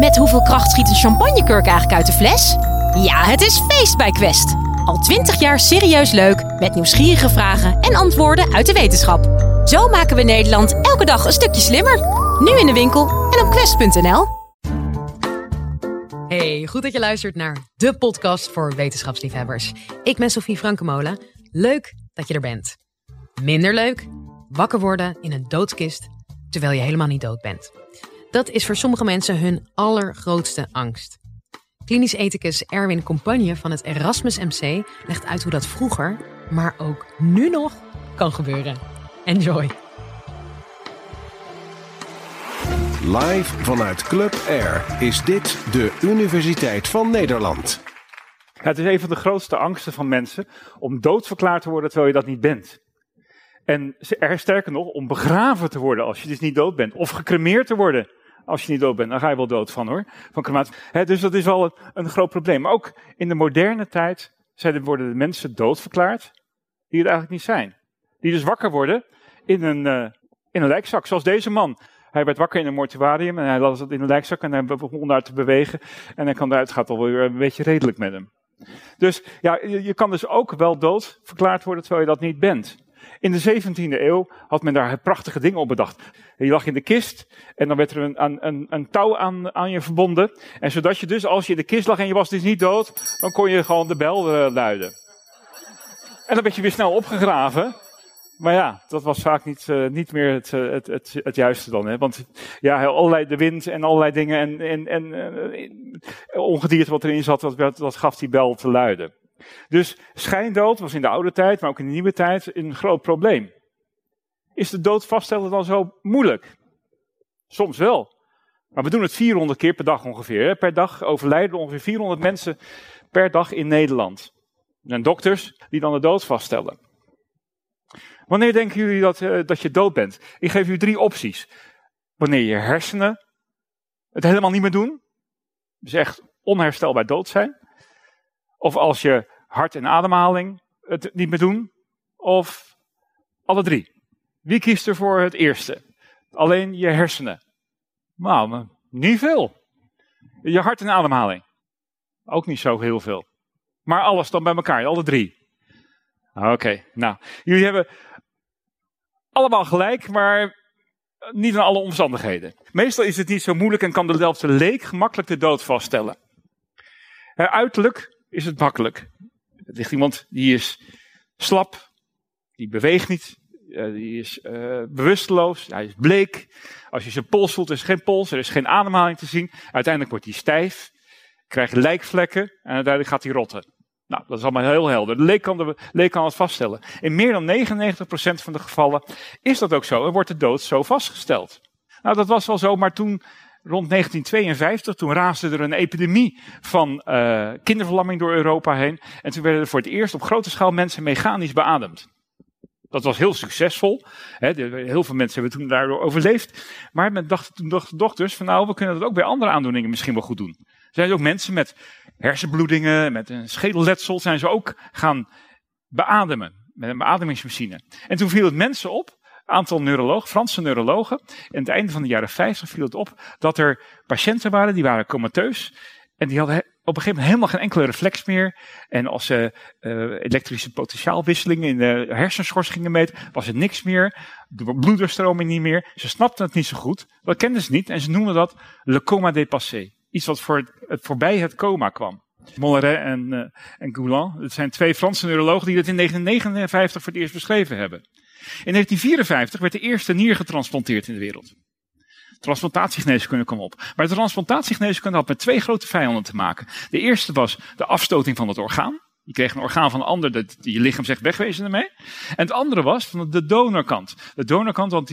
Met hoeveel kracht schiet een champagnekurk eigenlijk uit de fles? Ja, het is feest bij Quest. Al 20 jaar serieus leuk, met nieuwsgierige vragen en antwoorden uit de wetenschap. Zo maken we Nederland elke dag een stukje slimmer. Nu in de winkel en op quest.nl. Hey, goed dat je luistert naar de podcast voor wetenschapsliefhebbers. Ik ben Sophie Frankemolen. Leuk dat je er bent. Minder leuk? Wakker worden in een doodskist terwijl je helemaal niet dood bent. Dat is voor sommige mensen hun allergrootste angst. Klinisch ethicus Erwin Compagne van het Erasmus MC legt uit hoe dat vroeger, maar ook nu nog, kan gebeuren. Enjoy! Live vanuit Club Air is dit de Universiteit van Nederland. Ja, het is een van de grootste angsten van mensen om doodverklaard te worden terwijl je dat niet bent. En sterker nog, om begraven te worden als je dus niet dood bent. Of gecremeerd te worden als je niet dood bent. Dan ga je wel dood van hoor, van crematie. Dus dat is wel een groot probleem. Maar ook in de moderne tijd worden de mensen doodverklaard die het eigenlijk niet zijn. Die dus wakker worden in een lijkzak, zoals deze man. Hij werd wakker in een mortuarium en hij las het in een lijkzak en hij begon daar te bewegen. En hij het gaat alweer een beetje redelijk met hem. Dus ja, je kan dus ook wel dood verklaard worden terwijl je dat niet bent. In de 17e eeuw had men daar prachtige dingen op bedacht. Je lag in de kist en dan werd er een touw aan je verbonden. En zodat je dus, als je in de kist lag en je was dus niet dood, dan kon je gewoon de bel luiden. En dan werd je weer snel opgegraven. Maar ja, dat was vaak niet meer het juiste dan. Hè? Want ja, allerlei de wind en allerlei dingen en ongedierte wat erin zat, dat gaf die bel te luiden. Dus schijndood was in de oude tijd, maar ook in de nieuwe tijd, een groot probleem. Is de dood vaststellen dan zo moeilijk? Soms wel. Maar we doen het 400 keer per dag ongeveer. Hè? Per dag overlijden ongeveer 400 mensen per dag in Nederland. Er zijn dokters die dan de dood vaststellen. Wanneer denken jullie dat je dood bent? Ik geef u 3 opties. Wanneer je hersenen het helemaal niet meer doen. Dus echt onherstelbaar dood zijn. Of als je hart en ademhaling het niet meer doen. Of alle 3. Wie kiest er voor het eerste? Alleen je hersenen. Nou, niet veel. Je hart en ademhaling. Ook niet zo heel veel. Maar alles dan bij elkaar, alle 3. Oké, nou. Jullie hebben allemaal gelijk, maar niet in alle omstandigheden. Meestal is het niet zo moeilijk en kan de leek gemakkelijk de dood vaststellen. Uiterlijk is het makkelijk. Er ligt iemand die is slap, die beweegt niet, die is bewusteloos, hij is bleek. Als je zijn pols voelt, is er geen pols, er is geen ademhaling te zien. Uiteindelijk wordt hij stijf, krijgt lijkvlekken en uiteindelijk gaat hij rotten. Nou, dat is allemaal heel helder. De leek kan het vaststellen. In meer dan 99% van de gevallen is dat ook zo en wordt de dood zo vastgesteld. Nou, dat was wel zo, maar toen, rond 1952, toen raasde er een epidemie van kinderverlamming door Europa heen. En toen werden er voor het eerst op grote schaal mensen mechanisch beademd. Dat was heel succesvol. Heel veel mensen hebben toen daardoor overleefd. Maar men dachten de dokters van nou, we kunnen dat ook bij andere aandoeningen misschien wel goed doen. Er zijn ook mensen met hersenbloedingen, met een schedelletsel, zijn ze ook gaan beademen. Met een beademingsmachine. En toen viel het mensen op, een aantal Franse neurologen. En aan het einde van de jaren 50 viel het op dat er patiënten waren, die waren comateus. En die hadden op een gegeven moment helemaal geen enkele reflex meer. En als ze elektrische potentiaalwisselingen in de hersenschors gingen meten, was er niks meer. De bloeddoorstroming niet meer. Ze snapten het niet zo goed. Dat kenden ze niet. En ze noemden dat le coma dépassé. Iets wat voorbij het coma kwam. Molleret en Goulan. Het zijn 2 Franse neurologen die dat in 1959 voor het eerst beschreven hebben. In 1954 werd de eerste nier getransplanteerd in de wereld. Transplantatiegeneeskunde kwam op. Maar de transplantatiegeneeskunde had met 2 grote vijanden te maken. De eerste was de afstoting van het orgaan. Je kreeg een orgaan van een ander, dat je lichaam zegt wegwezen ermee. En het andere was van de donorkant. De donorkant, want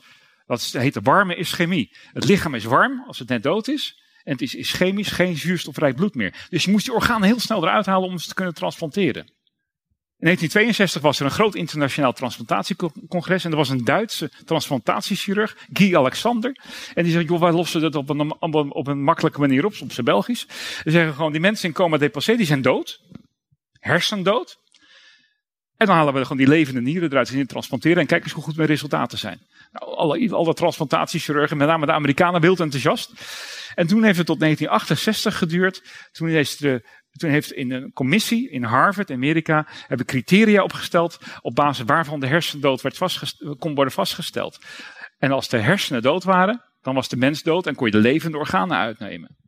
dat heet warme ischemie. Het lichaam is warm als het net dood is. En het is ischemisch, geen zuurstofrijk bloed meer. Dus je moest die organen heel snel eruit halen om ze te kunnen transplanteren. In 1962 was er een groot internationaal transplantatiecongres. En er was een Duitse transplantatiechirurg, Guy Alexander. En die zei, joh, wij lossen dat op een makkelijke manier op zijn Belgisch. Ze zeggen gewoon, die mensen in coma dépassé, die zijn dood. Hersendood. En dan halen we gewoon die levende nieren eruit en transplanteren. En kijk eens hoe goed mijn resultaten zijn. Nou, alle transplantatiechirurgen, met name de Amerikanen, wild enthousiast. En toen heeft het tot 1968 geduurd. Toen heeft in een commissie in Harvard, Amerika, hebben criteria opgesteld op basis waarvan de hersendood kon worden vastgesteld. En als de hersenen dood waren, dan was de mens dood en kon je de levende organen uitnemen.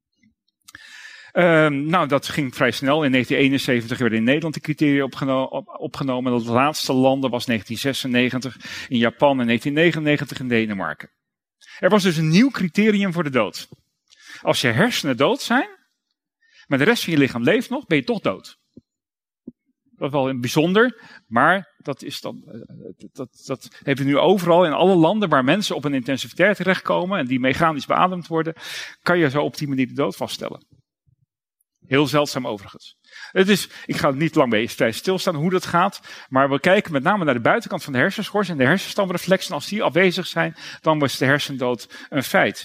Dat ging vrij snel. In 1971 werden in Nederland de criteria opgenomen. Dat laatste landen was 1996 in Japan en 1999 in Denemarken. Er was dus een nieuw criterium voor de dood. Als je hersenen dood zijn, maar de rest van je lichaam leeft nog, ben je toch dood. Dat is wel bijzonder, maar dat hebben we nu overal in alle landen waar mensen op een intensive care terechtkomen en die mechanisch beademd worden, kan je zo op die manier de dood vaststellen. Heel zeldzaam overigens. Ik ga er niet lang bij stilstaan hoe dat gaat, maar we kijken met name naar de buitenkant van de hersenschors en de hersenstamreflexen. En als die afwezig zijn, dan is de hersendood een feit.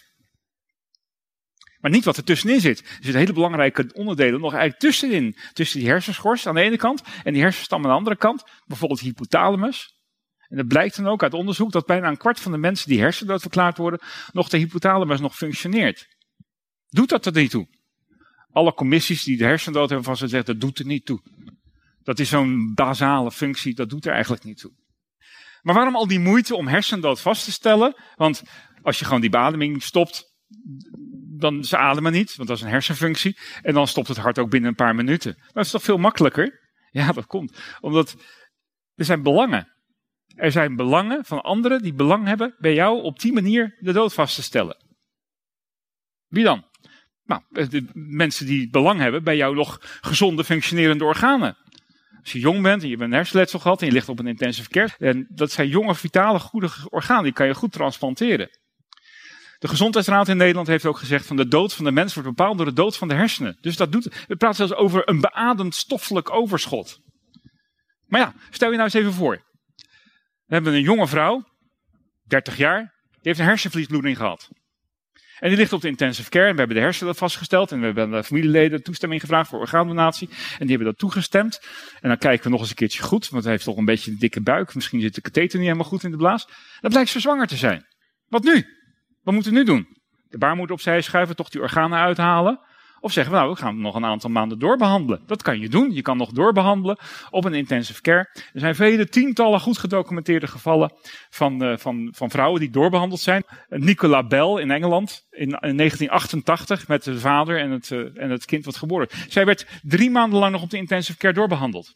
Maar niet wat er tussenin zit. Er zitten hele belangrijke onderdelen nog eigenlijk tussenin. Tussen die hersenschors aan de ene kant en die hersenstam aan de andere kant. Bijvoorbeeld de hypothalamus. En dat blijkt dan ook uit onderzoek dat bijna een kwart van de mensen die hersendood verklaard worden, nog de hypothalamus nog functioneert. Doet dat er niet toe? Alle commissies die de hersendood hebben van ze zeggen, dat doet er niet toe. Dat is zo'n basale functie, dat doet er eigenlijk niet toe. Maar waarom al die moeite om hersendood vast te stellen? Want als je gewoon die beademing stopt, dan ze ademen niet, want dat is een hersenfunctie. En dan stopt het hart ook binnen een paar minuten. Dat is toch veel makkelijker? Ja, dat komt. Omdat er zijn belangen. Er zijn belangen van anderen die belang hebben bij jou op die manier de dood vast te stellen. Wie dan? Nou, de mensen die belang hebben bij jou nog gezonde, functionerende organen. Als je jong bent en je hebt een hersenletsel gehad en je ligt op een intensive care. En dat zijn jonge, vitale, goede organen. Die kan je goed transplanteren. De Gezondheidsraad in Nederland heeft ook gezegd van de dood van de mens wordt bepaald door de dood van de hersenen. Dus we praten zelfs over een beademd stoffelijk overschot. Maar ja, stel je nou eens even voor. We hebben een jonge vrouw, 30 jaar, die heeft een hersenvliesbloeding gehad. En die ligt op de intensive care en we hebben de hersenen vastgesteld en we hebben de familieleden toestemming gevraagd voor orgaandonatie. En die hebben dat toegestemd. En dan kijken we nog eens een keertje goed, want hij heeft toch een beetje een dikke buik. Misschien zit de katheter niet helemaal goed in de blaas. Dan blijkt ze zwanger te zijn. Wat nu? Wat moeten we nu doen? De baarmoeder opzij schuiven, toch die organen uithalen? Of zeggen we, nou, we gaan nog een aantal maanden doorbehandelen. Dat kan je doen. Je kan nog doorbehandelen op een intensive care. Er zijn vele tientallen goed gedocumenteerde gevallen van vrouwen die doorbehandeld zijn. Nicola Bell in Engeland in 1988 met de vader en het kind wat geboren werd. Zij werd 3 maanden lang nog op de intensive care doorbehandeld.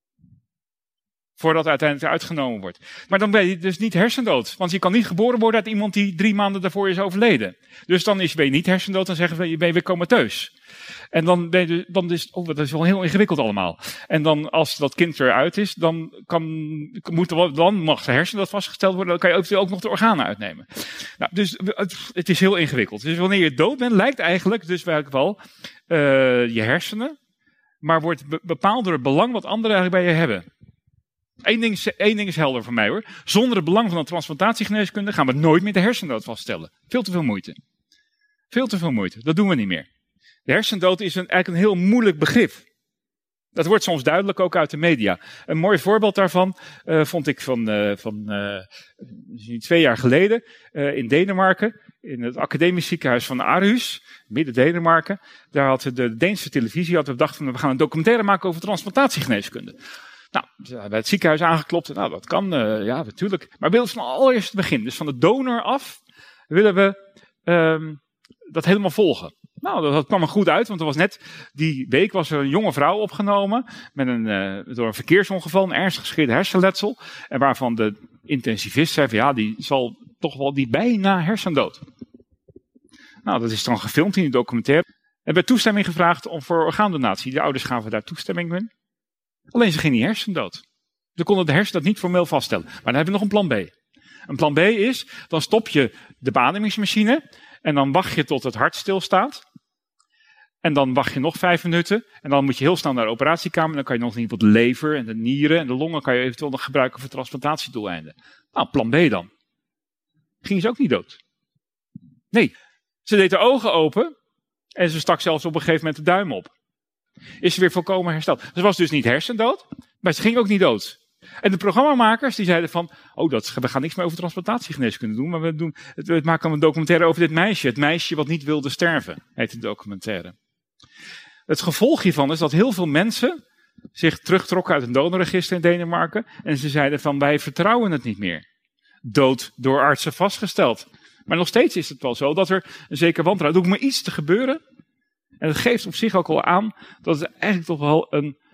Voordat uiteindelijk uitgenomen wordt. Maar dan ben je dus niet hersendood. Want je kan niet geboren worden uit iemand die 3 maanden daarvoor is overleden. Dus dan ben je niet hersendood, dan zeggen we, je bent weer comateus. En dan dat is wel heel ingewikkeld allemaal. En dan als dat kind eruit is, dan mag de hersendood vastgesteld worden, dan kan je ook nog de organen uitnemen. Nou, dus het is heel ingewikkeld. Dus wanneer je dood bent, lijkt eigenlijk dus wel je hersenen, maar wordt bepaald door het belang wat anderen eigenlijk bij je hebben. Eén ding is helder voor mij hoor. Zonder het belang van een transplantatiegeneeskunde gaan we nooit meer de hersendood vaststellen. Veel te veel moeite. Veel te veel moeite. Dat doen we niet meer. De hersendood is eigenlijk een heel moeilijk begrip. Dat wordt soms duidelijk ook uit de media. Een mooi voorbeeld daarvan vond ik van 2 jaar geleden in Denemarken. In het academisch ziekenhuis van Aarhus, midden Denemarken. Daar had de Deense televisie bedacht van we gaan een documentaire maken over transplantatiegeneeskunde. Nou, bij het ziekenhuis aangeklopt. Nou, dat kan, ja, natuurlijk. Maar we willen van het allereerste begin, dus van de donor af, willen we dat helemaal volgen. Nou, dat kwam er goed uit, want er was net die week was er een jonge vrouw opgenomen met door een verkeersongeval, een ernstig gescheurde hersenletsel. En waarvan de intensivist zei van ja, die zal toch wel die bijna hersendood. Nou, dat is dan gefilmd in die documentaire. En werd toestemming gevraagd voor orgaandonatie. De ouders gaven daar toestemming in. Alleen ze ging niet hersendood. Ze konden de hersendood niet formeel vaststellen. Maar dan hebben we nog een plan B. Een plan B is, dan stop je de beademingsmachine en dan wacht je tot het hart stilstaat. En dan wacht je nog 5 minuten en dan moet je heel snel naar de operatiekamer. Dan kan je nog niet de lever en de nieren en de longen kan je eventueel nog gebruiken voor transplantatiedoeleinden. Nou, plan B dan. Ging ze ook niet dood? Nee, ze deed de ogen open en ze stak zelfs op een gegeven moment de duim op. Is ze weer volkomen hersteld. Ze was dus niet hersendood, Maar ze ging ook niet dood. En de programmamakers die zeiden van, we gaan niks meer over transplantatiegeneeskunde doen, maar we maken een documentaire over dit meisje. Het meisje wat niet wilde sterven, heet de documentaire. Het gevolg hiervan is dat heel veel mensen zich terugtrokken uit een donorregister in Denemarken. En ze zeiden van, wij vertrouwen het niet meer. Dood door artsen vastgesteld. Maar nog steeds is het wel zo dat er een zeker wantrouwen. Er hoeft maar iets te gebeuren. En dat geeft op zich ook al aan dat het eigenlijk toch wel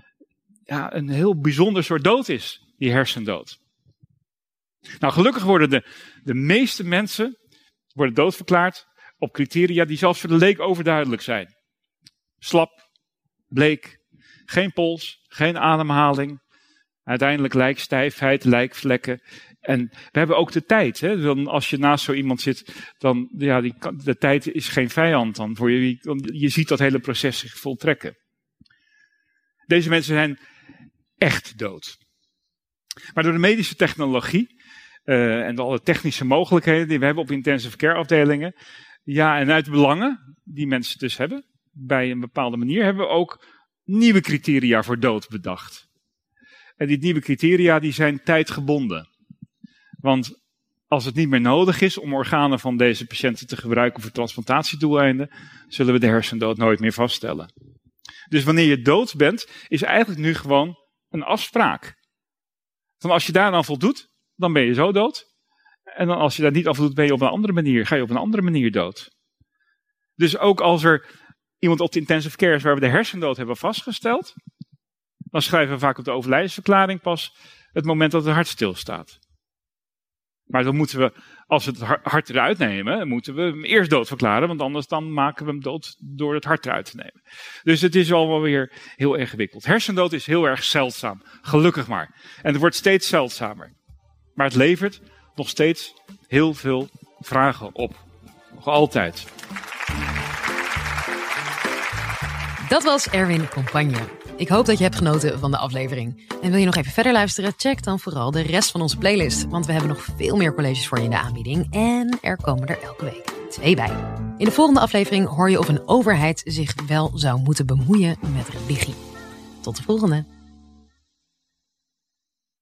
een heel bijzonder soort dood is. Die hersendood. Nou, gelukkig worden de meeste mensen worden doodverklaard op criteria die zelfs voor de leek overduidelijk zijn. Slap, bleek, geen pols, geen ademhaling, uiteindelijk lijkstijfheid, lijkvlekken. En we hebben ook de tijd. Hè? Dan als je naast zo iemand zit, dan de tijd is geen vijand dan voor je. Je ziet dat hele proces zich voltrekken. Deze mensen zijn echt dood. Maar door de medische technologie en alle technische mogelijkheden die we hebben op intensive care afdelingen, en uit de belangen die mensen dus hebben, bij een bepaalde manier, hebben we ook nieuwe criteria voor dood bedacht. En die nieuwe criteria die zijn tijdgebonden. Want als het niet meer nodig is om organen van deze patiënten te gebruiken voor transplantatiedoeleinden, zullen we de hersendood nooit meer vaststellen. Dus wanneer je dood bent, is eigenlijk nu gewoon een afspraak. Van als je daar dan voldoet, dan ben je zo dood. En dan als je daar niet aan voldoet, ga je op een andere manier dood. Dus ook als er iemand op de intensive care is waar we de hersendood hebben vastgesteld, dan schrijven we vaak op de overlijdensverklaring pas het moment dat het hart stilstaat. Maar dan moeten we, als we het hart eruit nemen, moeten we hem eerst dood verklaren, want anders dan maken we hem dood door het hart eruit te nemen. Dus het is al wel weer heel ingewikkeld. Hersendood is heel erg zeldzaam, gelukkig maar. En het wordt steeds zeldzamer. Maar het levert nog steeds heel veel vragen op. Nog altijd. Dat was Erwin Compagne. Ik hoop dat je hebt genoten van de aflevering. En wil je nog even verder luisteren? Check dan vooral de rest van onze playlist. Want we hebben nog veel meer colleges voor je in de aanbieding. En er komen er elke week 2 bij. In de volgende aflevering hoor je of een overheid zich wel zou moeten bemoeien met religie. Tot de volgende.